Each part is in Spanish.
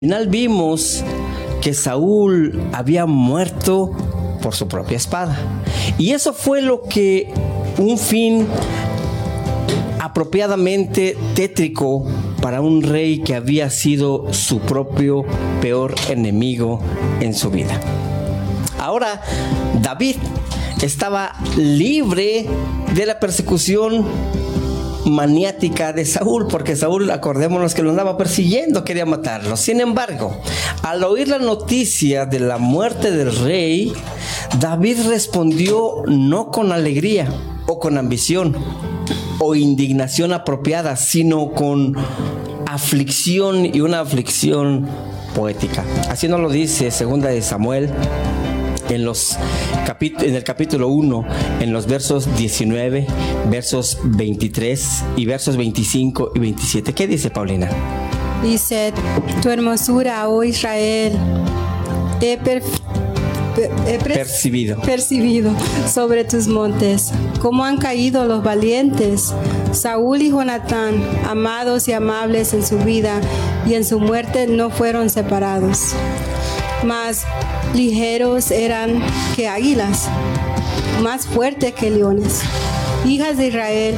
Al final vimos que Saúl había muerto por su propia espada. Y eso fue lo que un fin apropiadamente tétrico para un rey que había sido su propio peor enemigo en su vida. Ahora, David estaba libre de la persecución maniática de Saúl, porque Saúl, acordémonos que lo andaba persiguiendo, quería matarlo. Sin embargo, al oír la noticia de la muerte del rey, David respondió no con alegría o con ambición o indignación apropiada, sino con aflicción, y una aflicción poética. Así nos lo dice Segunda de Samuel en el capítulo 1, en los versos 19, versos 23 y versos 25 y 27. ¿Qué dice, Paulina? Dice: tu hermosura, oh Israel, he percibido sobre tus montes. Cómo han caído los valientes, Saúl y Jonatán, amados y amables en su vida, y en su muerte no fueron separados. Más ligeros eran que águilas, más fuertes que leones. Hijas de Israel,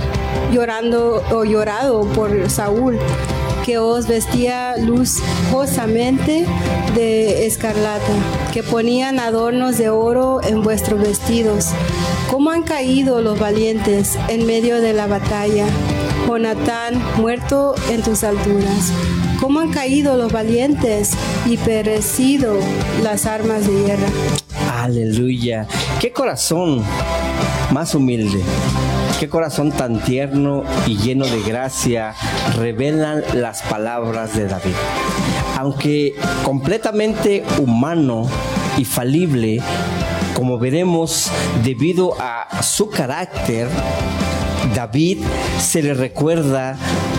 llorado por Saúl, que os vestía lujosamente de escarlata, que ponían adornos de oro en vuestros vestidos. ¿Cómo han caído los valientes en medio de la batalla? Jonatán, muerto en tus alturas. ¿Cómo han caído los valientes y perecido las armas de guerra? Aleluya. Qué corazón más humilde, qué corazón tan tierno y lleno de gracia revelan las palabras de David. Aunque completamente humano y falible, como veremos, debido a su carácter, David se le recuerda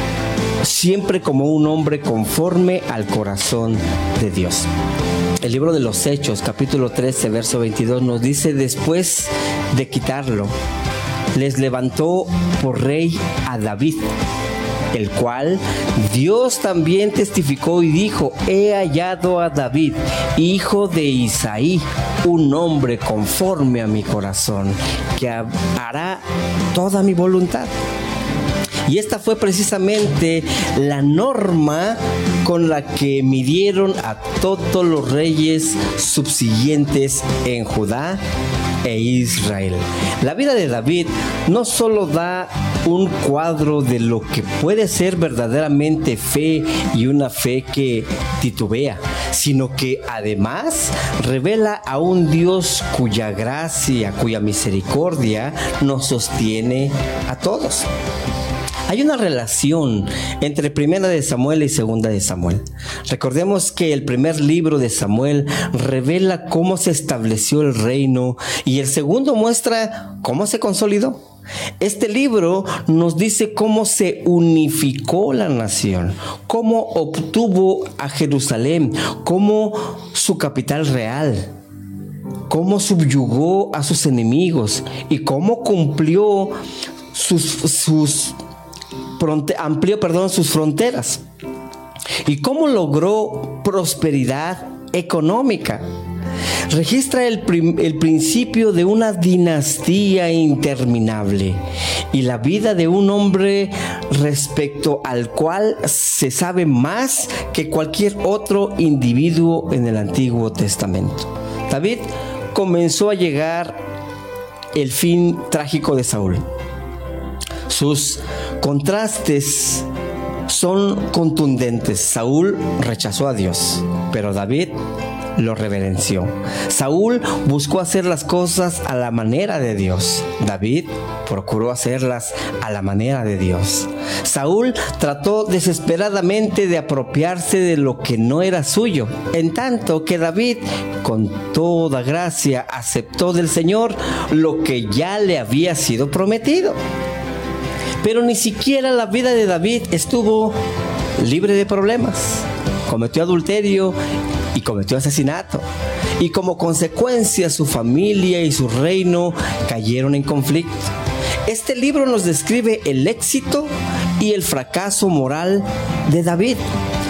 siempre como un hombre conforme al corazón de Dios. El libro de los Hechos, capítulo 13, verso 22, nos dice: después de quitarlo, les levantó por rey a David, el cual Dios también testificó y dijo: he hallado a David, hijo de Isaí, un hombre conforme a mi corazón, que hará toda mi voluntad. Y esta fue precisamente la norma con la que midieron a todos los reyes subsiguientes en Judá e Israel. La vida de David no solo da un cuadro de lo que puede ser verdaderamente fe y una fe que titubea, sino que además revela a un Dios cuya gracia, cuya misericordia nos sostiene a todos. Hay una relación entre Primera de Samuel y Segunda de Samuel. Recordemos que el primer libro de Samuel revela cómo se estableció el reino y el segundo muestra cómo se consolidó. Este libro nos dice cómo se unificó la nación, cómo obtuvo a Jerusalén como su capital real, cómo subyugó a sus enemigos y cómo cumplió amplió sus fronteras, y cómo logró prosperidad económica. Registra el principio de una dinastía interminable y la vida de un hombre respecto al cual se sabe más que cualquier otro individuo en el Antiguo Testamento. David comenzó a llegar el fin trágico de Saúl. Sus contrastes son contundentes. Saúl rechazó a Dios, pero David lo reverenció. Saúl buscó hacer las cosas a la manera de Dios. David procuró hacerlas a la manera de Dios. Saúl trató desesperadamente de apropiarse de lo que no era suyo, en tanto que David, con toda gracia, aceptó del Señor lo que ya le había sido prometido. Pero ni siquiera la vida de David estuvo libre de problemas. Cometió adulterio y cometió asesinato. Y como consecuencia su familia y su reino cayeron en conflicto. Este libro nos describe el éxito y el fracaso moral de David.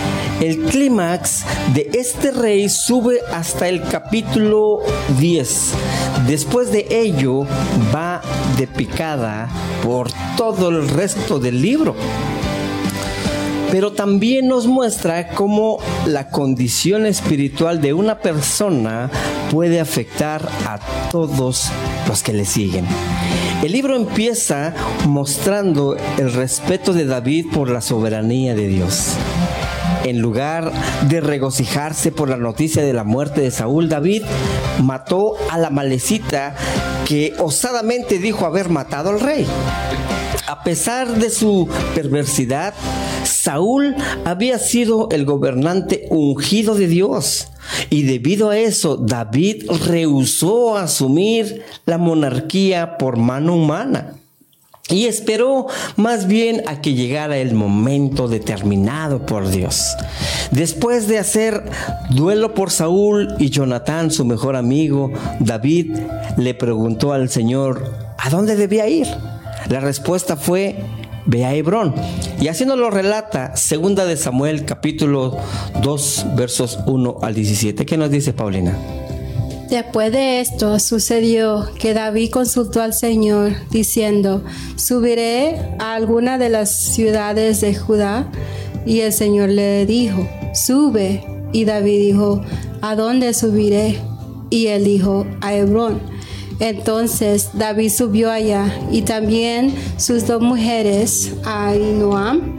El clímax de este rey sube hasta el capítulo 10. Después de ello va de picada por todo el resto del libro. Pero también nos muestra cómo la condición espiritual de una persona puede afectar a todos los que le siguen. El libro empieza mostrando el respeto de David por la soberanía de Dios. En lugar de regocijarse por la noticia de la muerte de Saúl, David mató a la amalecita que osadamente dijo haber matado al rey. A pesar de su perversidad, Saúl había sido el gobernante ungido de Dios. Y debido a eso, David rehusó asumir la monarquía por mano humana. Y esperó más bien a que llegara el momento determinado por Dios. Después de hacer duelo por Saúl y Jonatán, su mejor amigo, David le preguntó al Señor ¿a dónde debía ir? La respuesta fue: ve a Hebrón. Y así nos lo relata 2 de Samuel capítulo 2 versos 1 al 17. ¿Qué nos dice Paulina? Después de esto sucedió que David consultó al Señor diciendo: subiré a alguna de las ciudades de Judá. Y el Señor le dijo: sube. Y David dijo: ¿a dónde subiré? Y él dijo: a Hebrón. Entonces David subió allá, y también sus dos mujeres, Ahinoam,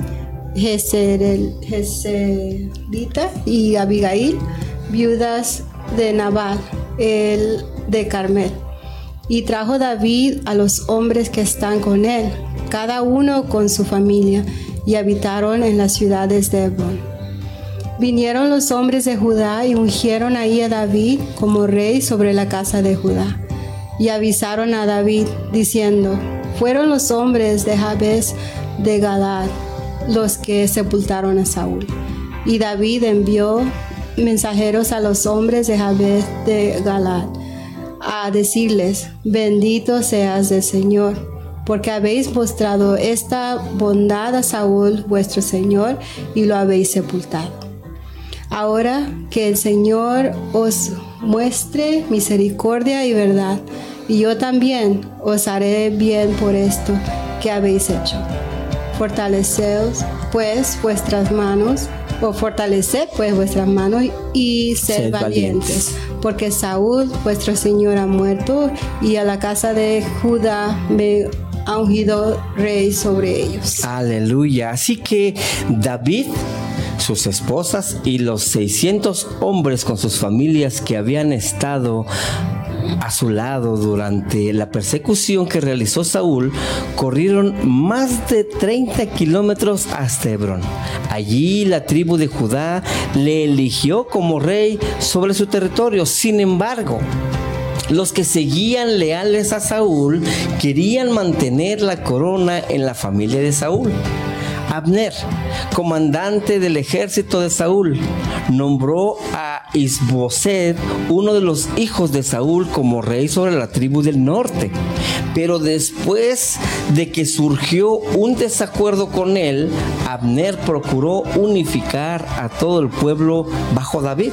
Jezreelita, y Abigail, viudas de Nabal, el de Carmel. Y trajo David a los hombres que están con él, cada uno con su familia, y habitaron en las ciudades de Hebrón. Vinieron los hombres de Judá y ungieron ahí a David como rey sobre la casa de Judá. Y avisaron a David diciendo: fueron los hombres de Jabes de Galaad los que sepultaron a Saúl. Y David envió mensajeros a los hombres de Jabes de Galaad a decirles: bendito seas del Señor, porque habéis mostrado esta bondad a Saúl vuestro Señor y lo habéis sepultado. Ahora que el Señor os muestre misericordia y verdad, y yo también os haré bien por esto que habéis hecho. Fortaleced pues vuestras manos y sed valientes, porque Saúl vuestro Señor ha muerto, y a la casa de Judá me ha ungido rey sobre ellos. Aleluya. Así que David, sus esposas y los 600 hombres con sus familias que habían estado a su lado durante la persecución que realizó Saúl, corrieron más de 30 kilómetros hasta Hebrón. Allí la tribu de Judá le eligió como rey sobre su territorio. Sin embargo, los que seguían leales a Saúl querían mantener la corona en la familia de Saúl. Abner, comandante del ejército de Saúl, nombró a Isboset, uno de los hijos de Saúl, como rey sobre la tribu del norte. Pero después de que surgió un desacuerdo con él, Abner procuró unificar a todo el pueblo bajo David.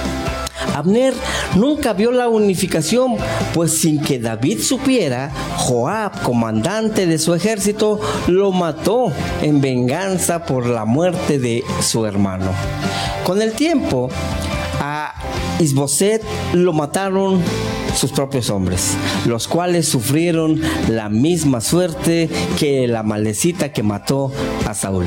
Abner nunca vio la unificación, pues sin que David supiera, Joab, comandante de su ejército, lo mató en venganza por la muerte de su hermano. Con el tiempo, a Isboset lo mataron sus propios hombres, los cuales sufrieron la misma suerte que la amalecita que mató a Saúl.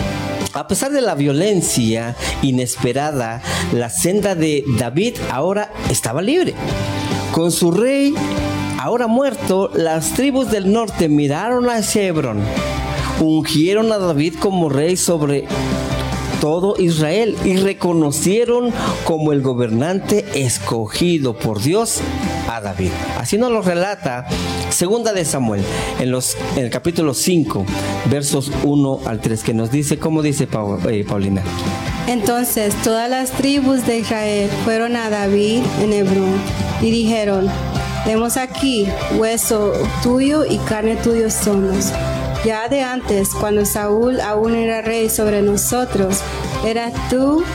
A pesar de la violencia inesperada, la senda de David ahora estaba libre. Con su rey ahora muerto, las tribus del norte miraron hacia Hebrón, ungieron a David como rey sobre todo Israel y reconocieron como el gobernante escogido por Dios a David. Así nos lo relata 2 de Samuel en el capítulo 5 versos 1 al 3, que nos dice, ¿cómo dice Paulina? Entonces todas las tribus de Israel fueron a David en Hebrón y dijeron: vemos aquí hueso tuyo y carne tuyo somos. Ya de antes, cuando Saúl aún era rey sobre nosotros, Eras tú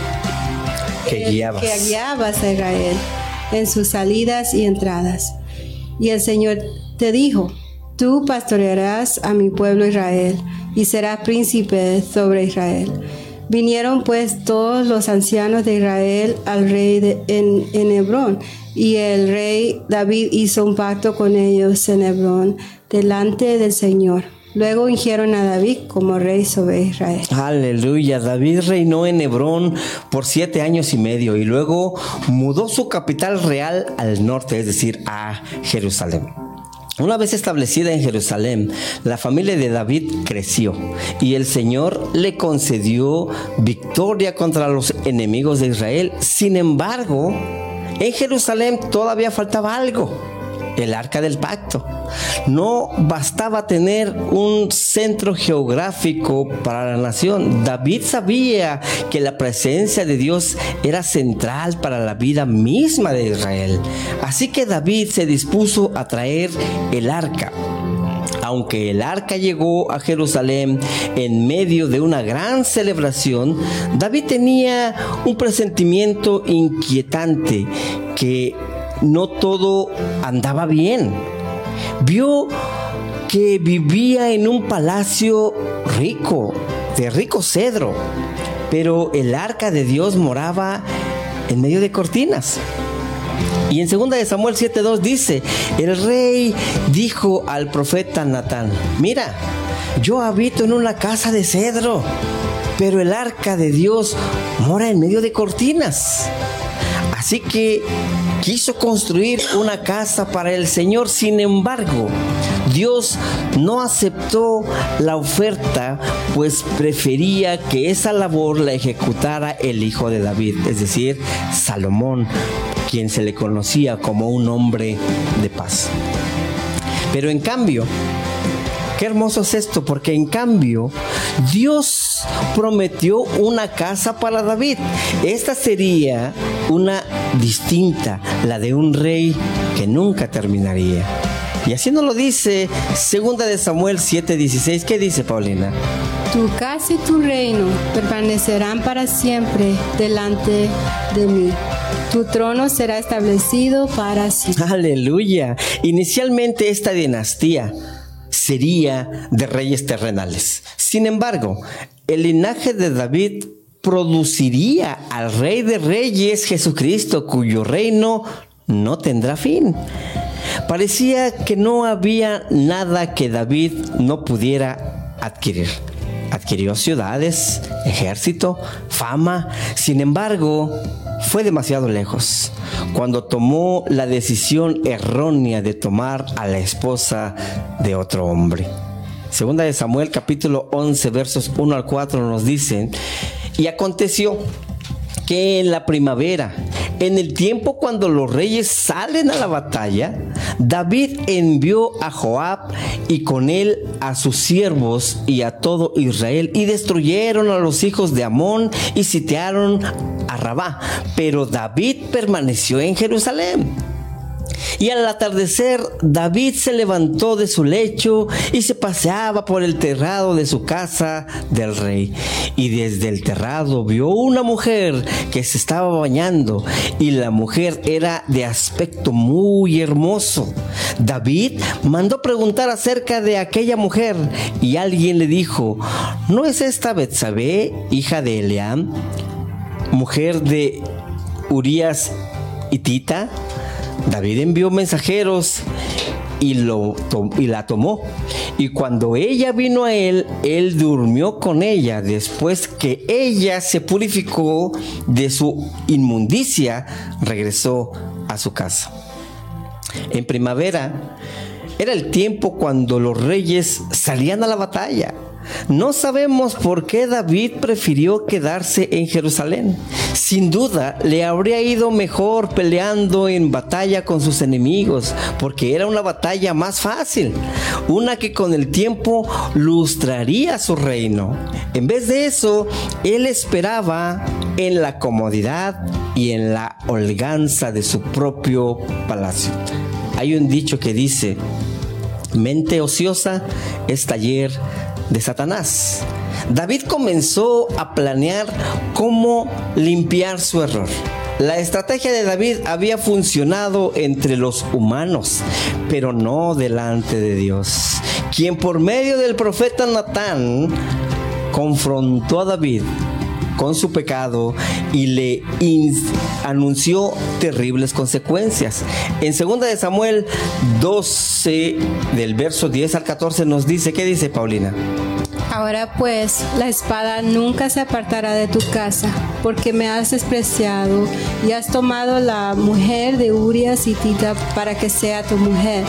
que guiabas a Israel en sus salidas y entradas. Y el Señor te dijo: tú pastorearás a mi pueblo Israel y serás príncipe sobre Israel. Vinieron pues todos los ancianos de Israel al rey en Hebrón, y el rey David hizo un pacto con ellos en Hebrón delante del Señor. Luego ungieron a David como rey sobre Israel. Aleluya. David reinó en Hebrón por 7 años y medio y luego mudó su capital real al norte, es decir, a Jerusalén. Una vez establecida en Jerusalén, la familia de David creció y el Señor le concedió victoria contra los enemigos de Israel. Sin embargo, en Jerusalén todavía faltaba algo: el arca del pacto. No bastaba tener un centro geográfico para la nación. David sabía que la presencia de Dios era central para la vida misma de Israel. Así que David se dispuso a traer el arca. Aunque el arca llegó a Jerusalén en medio de una gran celebración, David tenía un presentimiento inquietante que no todo andaba bien. Vio que vivía en un palacio rico, de rico cedro, pero el arca de Dios moraba en medio de cortinas. Y en 2 de Samuel 7:2 dice: el rey dijo al profeta Natán: mira, yo habito en una casa de cedro, pero el arca de Dios mora en medio de cortinas. Así que quiso construir una casa para el Señor. Sin embargo, Dios no aceptó la oferta, pues prefería que esa labor la ejecutara el hijo de David, es decir, Salomón, quien se le conocía como un hombre de paz. Pero en cambio, qué hermoso es esto, porque en cambio Dios prometió una casa para David. Esta sería una distinta, la de un rey que nunca terminaría. Y así nos lo dice 2 de Samuel 7:16. ¿Qué dice, Paulina? Tu casa y tu reino permanecerán para siempre delante de mí. Tu trono será establecido para siempre. Aleluya. Inicialmente esta dinastía sería de reyes terrenales. Sin embargo, el linaje de David produciría al Rey de Reyes, Jesucristo, cuyo reino no tendrá fin. Parecía que no había nada que David no pudiera adquirir. Adquirió ciudades, ejército, fama. Sin embargo, fue demasiado lejos cuando tomó la decisión errónea de tomar a la esposa de otro hombre. 2 de Samuel capítulo 11 versos 1 al 4 nos dicen: y aconteció que en la primavera, en el tiempo cuando los reyes salen a la batalla, David envió a Joab y con él a sus siervos y a todo Israel, y destruyeron a los hijos de Amón y sitiaron a Rabá. Pero David permaneció en Jerusalén. Y al atardecer, David se levantó de su lecho y se paseaba por el terrado de su casa del rey. Y desde el terrado vio una mujer que se estaba bañando, y la mujer era de aspecto muy hermoso. David mandó preguntar acerca de aquella mujer, y alguien le dijo: ¿no es esta Betsabé, hija de Eliam, mujer de Urías hitita? David envió mensajeros y la tomó. Y cuando ella vino a él, él durmió con ella. Después que ella se purificó de su inmundicia, regresó a su casa. En primavera era el tiempo cuando los reyes salían a la batalla. No sabemos por qué David prefirió quedarse en Jerusalén. Sin duda, le habría ido mejor peleando en batalla con sus enemigos, porque era una batalla más fácil, una que con el tiempo lustraría su reino. En vez de eso, él esperaba en la comodidad y en la holganza de su propio palacio. Hay un dicho que dice: mente ociosa es taller de Satanás. David comenzó a planear cómo limpiar su error. La estrategia de David había funcionado entre los humanos, pero no delante de Dios, quien por medio del profeta Natán confrontó a David con su pecado y le anunció terribles consecuencias. En 2 de Samuel 12, del verso 10 al 14 nos dice, ¿qué dice Paulina? Ahora pues, la espada nunca se apartará de tu casa, porque me has despreciado y has tomado la mujer de Urías hitita para que sea tu mujer.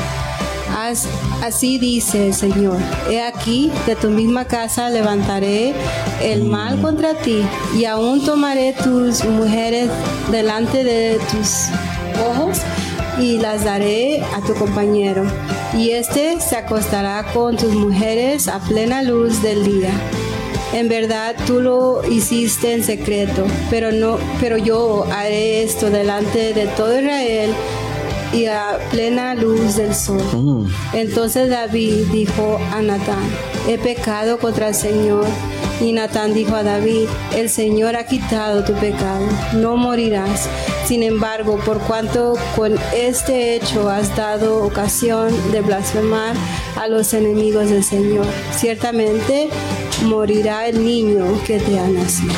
Así dice el Señor: he aquí, de tu misma casa levantaré el mal contra ti, y aún tomaré tus mujeres delante de tus ojos y las daré a tu compañero, y éste se acostará con tus mujeres a plena luz del día. En verdad tú lo hiciste en secreto, pero yo haré esto delante de todo Israel y a plena luz del sol. Entonces David dijo a Natán: he pecado contra el Señor. Y Natán dijo a David: el Señor ha quitado tu pecado, no morirás. Sin embargo, por cuanto con este hecho has dado ocasión de blasfemar a los enemigos del Señor, ciertamente morirá el niño que te ha nacido.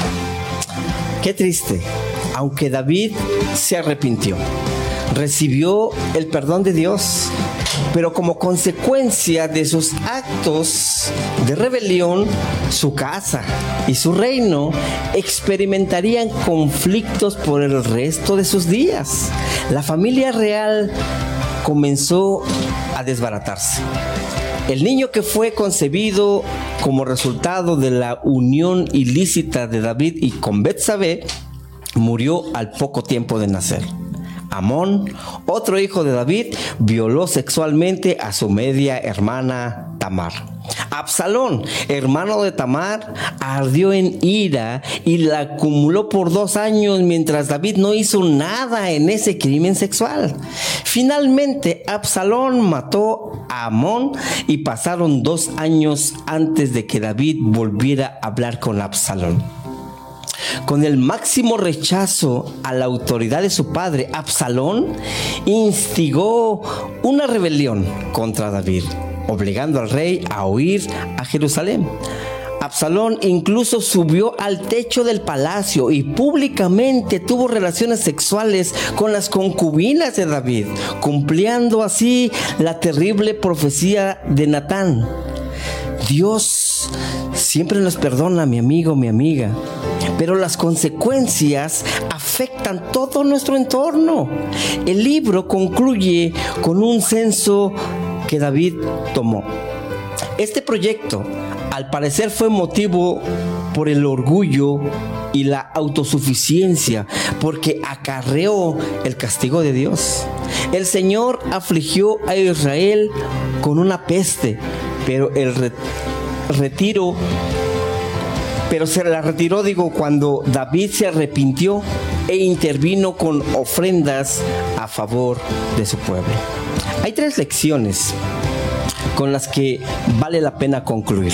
Qué triste, aunque David se arrepintió, recibió el perdón de Dios, pero como consecuencia de sus actos de rebelión, su casa y su reino experimentarían conflictos por el resto de sus días. La familia real comenzó a desbaratarse. El niño que fue concebido como resultado de la unión ilícita de David y con Betsabé murió al poco tiempo de nacer. Amón, otro hijo de David, violó sexualmente a su media hermana Tamar. Absalón, hermano de Tamar, ardió en ira y la acumuló por 2 años mientras David no hizo nada en ese crimen sexual. Finalmente, Absalón mató a Amón y pasaron 2 años antes de que David volviera a hablar con Absalón. Con el máximo rechazo a la autoridad de su padre, Absalón instigó una rebelión contra David, obligando al rey a huir a Jerusalén. Absalón incluso subió al techo del palacio y públicamente tuvo relaciones sexuales con las concubinas de David, cumpliendo así la terrible profecía de Natán. Dios siempre nos perdona, mi amigo, mi amiga, pero las consecuencias afectan todo nuestro entorno. El libro concluye con un censo que David tomó. Este proyecto, al parecer, fue motivo por el orgullo y la autosuficiencia, porque acarreó el castigo de Dios. El Señor afligió a Israel con una peste, pero se la retiró, cuando David se arrepintió e intervino con ofrendas a favor de su pueblo. Hay 3 lecciones con las que vale la pena concluir.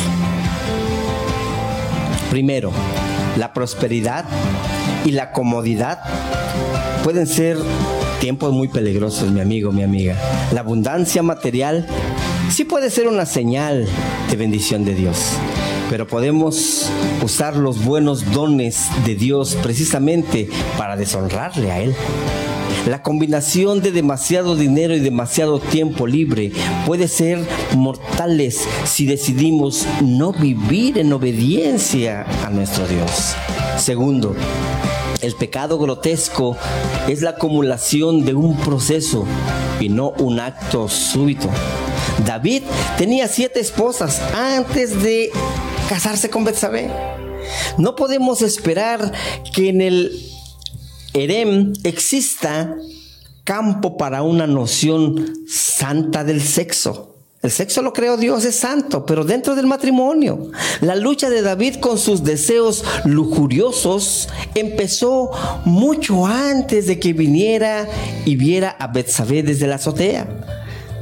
Primero, la prosperidad y la comodidad pueden ser tiempos muy peligrosos, mi amigo, mi amiga. La abundancia material sí puede ser una señal de bendición de Dios, pero podemos usar los buenos dones de Dios precisamente para deshonrarle a Él. La combinación de demasiado dinero y demasiado tiempo libre puede ser mortales si decidimos no vivir en obediencia a nuestro Dios. Segundo, el pecado grotesco es la acumulación de un proceso y no un acto súbito. David tenía 7 esposas antes de casarse con Betsabé. No podemos esperar que en el Edén exista campo para una noción santa del sexo. El sexo lo creó Dios, es santo, pero dentro del matrimonio. La lucha de David con sus deseos lujuriosos empezó mucho antes de que viniera y viera a Betsabé desde la azotea.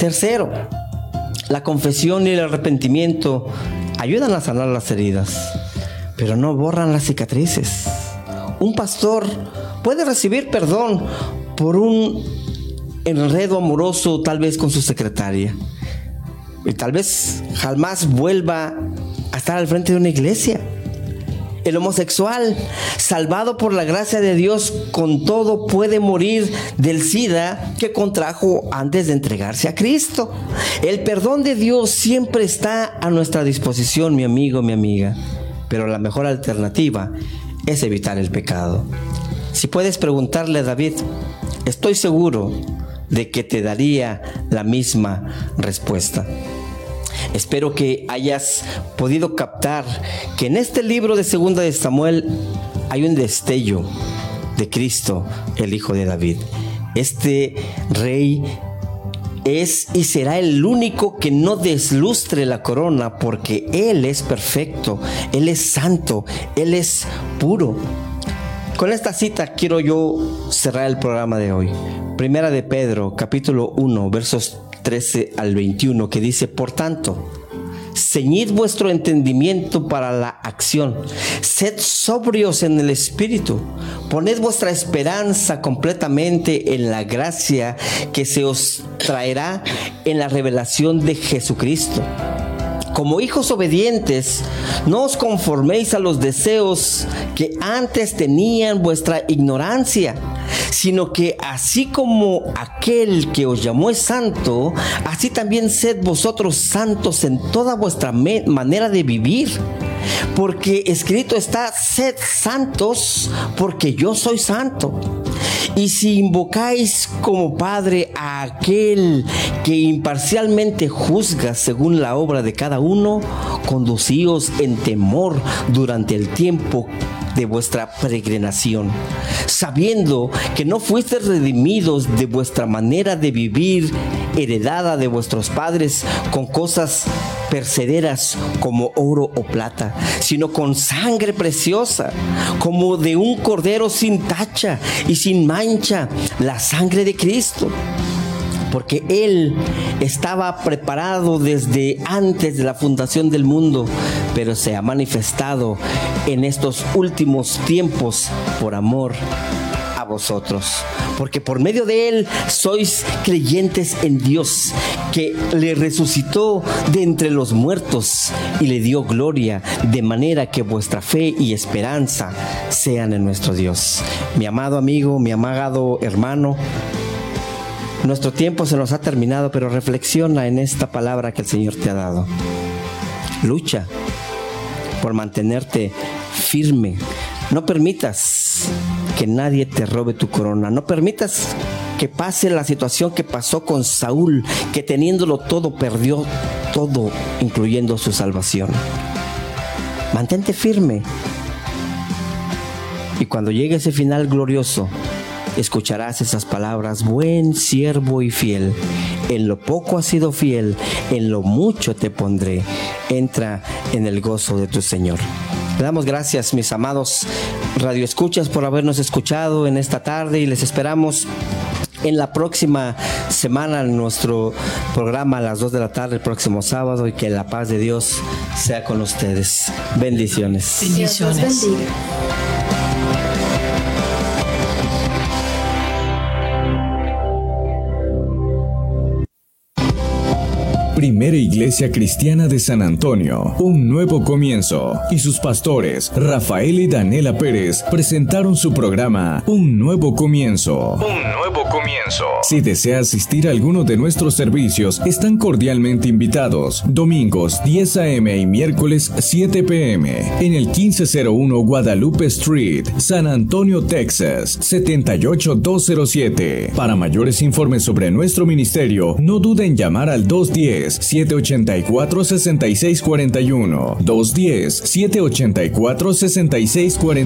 Tercero, la confesión y el arrepentimiento ayudan a sanar las heridas. pero no borran las cicatrices. Un pastor puede recibir perdón por un enredo amoroso, tal vez con su secretaria, y tal vez jamás vuelva a estar al frente de una iglesia. El homosexual, salvado por la gracia de Dios, con todo puede morir del SIDA que contrajo antes de entregarse a Cristo. El perdón de Dios siempre está a nuestra disposición, mi amigo, mi amiga. Pero la mejor alternativa es evitar el pecado. Si puedes preguntarle a David, estoy seguro de que te daría la misma respuesta. Espero que hayas podido captar que en este libro de 2 de Samuel hay un destello de Cristo, el Hijo de David. Este rey es y será el único que no deslustre la corona, porque Él es perfecto, Él es santo, Él es puro. Con esta cita quiero yo cerrar el programa de hoy. Primera de Pedro, capítulo 1, versos 13 al 21, que dice: por tanto, ceñid vuestro entendimiento para la acción, sed sobrios en el espíritu, poned vuestra esperanza completamente en la gracia que se os traerá en la revelación de Jesucristo. Como hijos obedientes, no os conforméis a los deseos que antes tenían vuestra ignorancia, sino que así como aquel que os llamó es santo, así también sed vosotros santos en toda vuestra manera de vivir. Porque escrito está: sed santos, porque yo soy santo. Y si invocáis como Padre a aquel que imparcialmente juzga según la obra de cada uno, conducíos en temor durante el tiempo de vuestra peregrinación, sabiendo que no fuisteis redimidos de vuestra manera de vivir, heredada de vuestros padres, con cosas perecederas como oro o plata, sino con sangre preciosa, como de un cordero sin tacha y sin mancha, la sangre de Cristo. Porque Él estaba preparado desde antes de la fundación del mundo, pero se ha manifestado en estos últimos tiempos por amor a vosotros. Porque por medio de Él sois creyentes en Dios, que le resucitó de entre los muertos y le dio gloria, de manera que vuestra fe y esperanza sean en nuestro Dios. Mi amado amigo, mi amado hermano, nuestro tiempo se nos ha terminado, pero reflexiona en esta palabra que el Señor te ha dado. Lucha por mantenerte firme. No permitas que nadie te robe tu corona. No permitas que pase la situación que pasó con Saúl, que teniéndolo todo perdió todo, incluyendo su salvación. Mantente firme. Y cuando llegue ese final glorioso, escucharás esas palabras: buen siervo y fiel, en lo poco has sido fiel, en lo mucho te pondré, entra en el gozo de tu Señor. Le damos gracias, mis amados radioescuchas, por habernos escuchado en esta tarde, y les esperamos en la próxima semana en nuestro programa a las 2 de la tarde, el próximo sábado, y que la paz de Dios sea con ustedes. Bendiciones. Bendiciones. Dios los bendiga. Primera Iglesia Cristiana de San Antonio, un nuevo comienzo, y sus pastores Rafael y Daniela Pérez presentaron su programa Un Nuevo Comienzo. Un nuevo comienzo. Si desea asistir a alguno de nuestros servicios, están cordialmente invitados. Domingos 10 a.m. y miércoles 7 p.m. en el 1501 Guadalupe Street, San Antonio, Texas 78207. Para mayores informes sobre nuestro ministerio, no duden en llamar al 210-784-6641. 210-784-6641.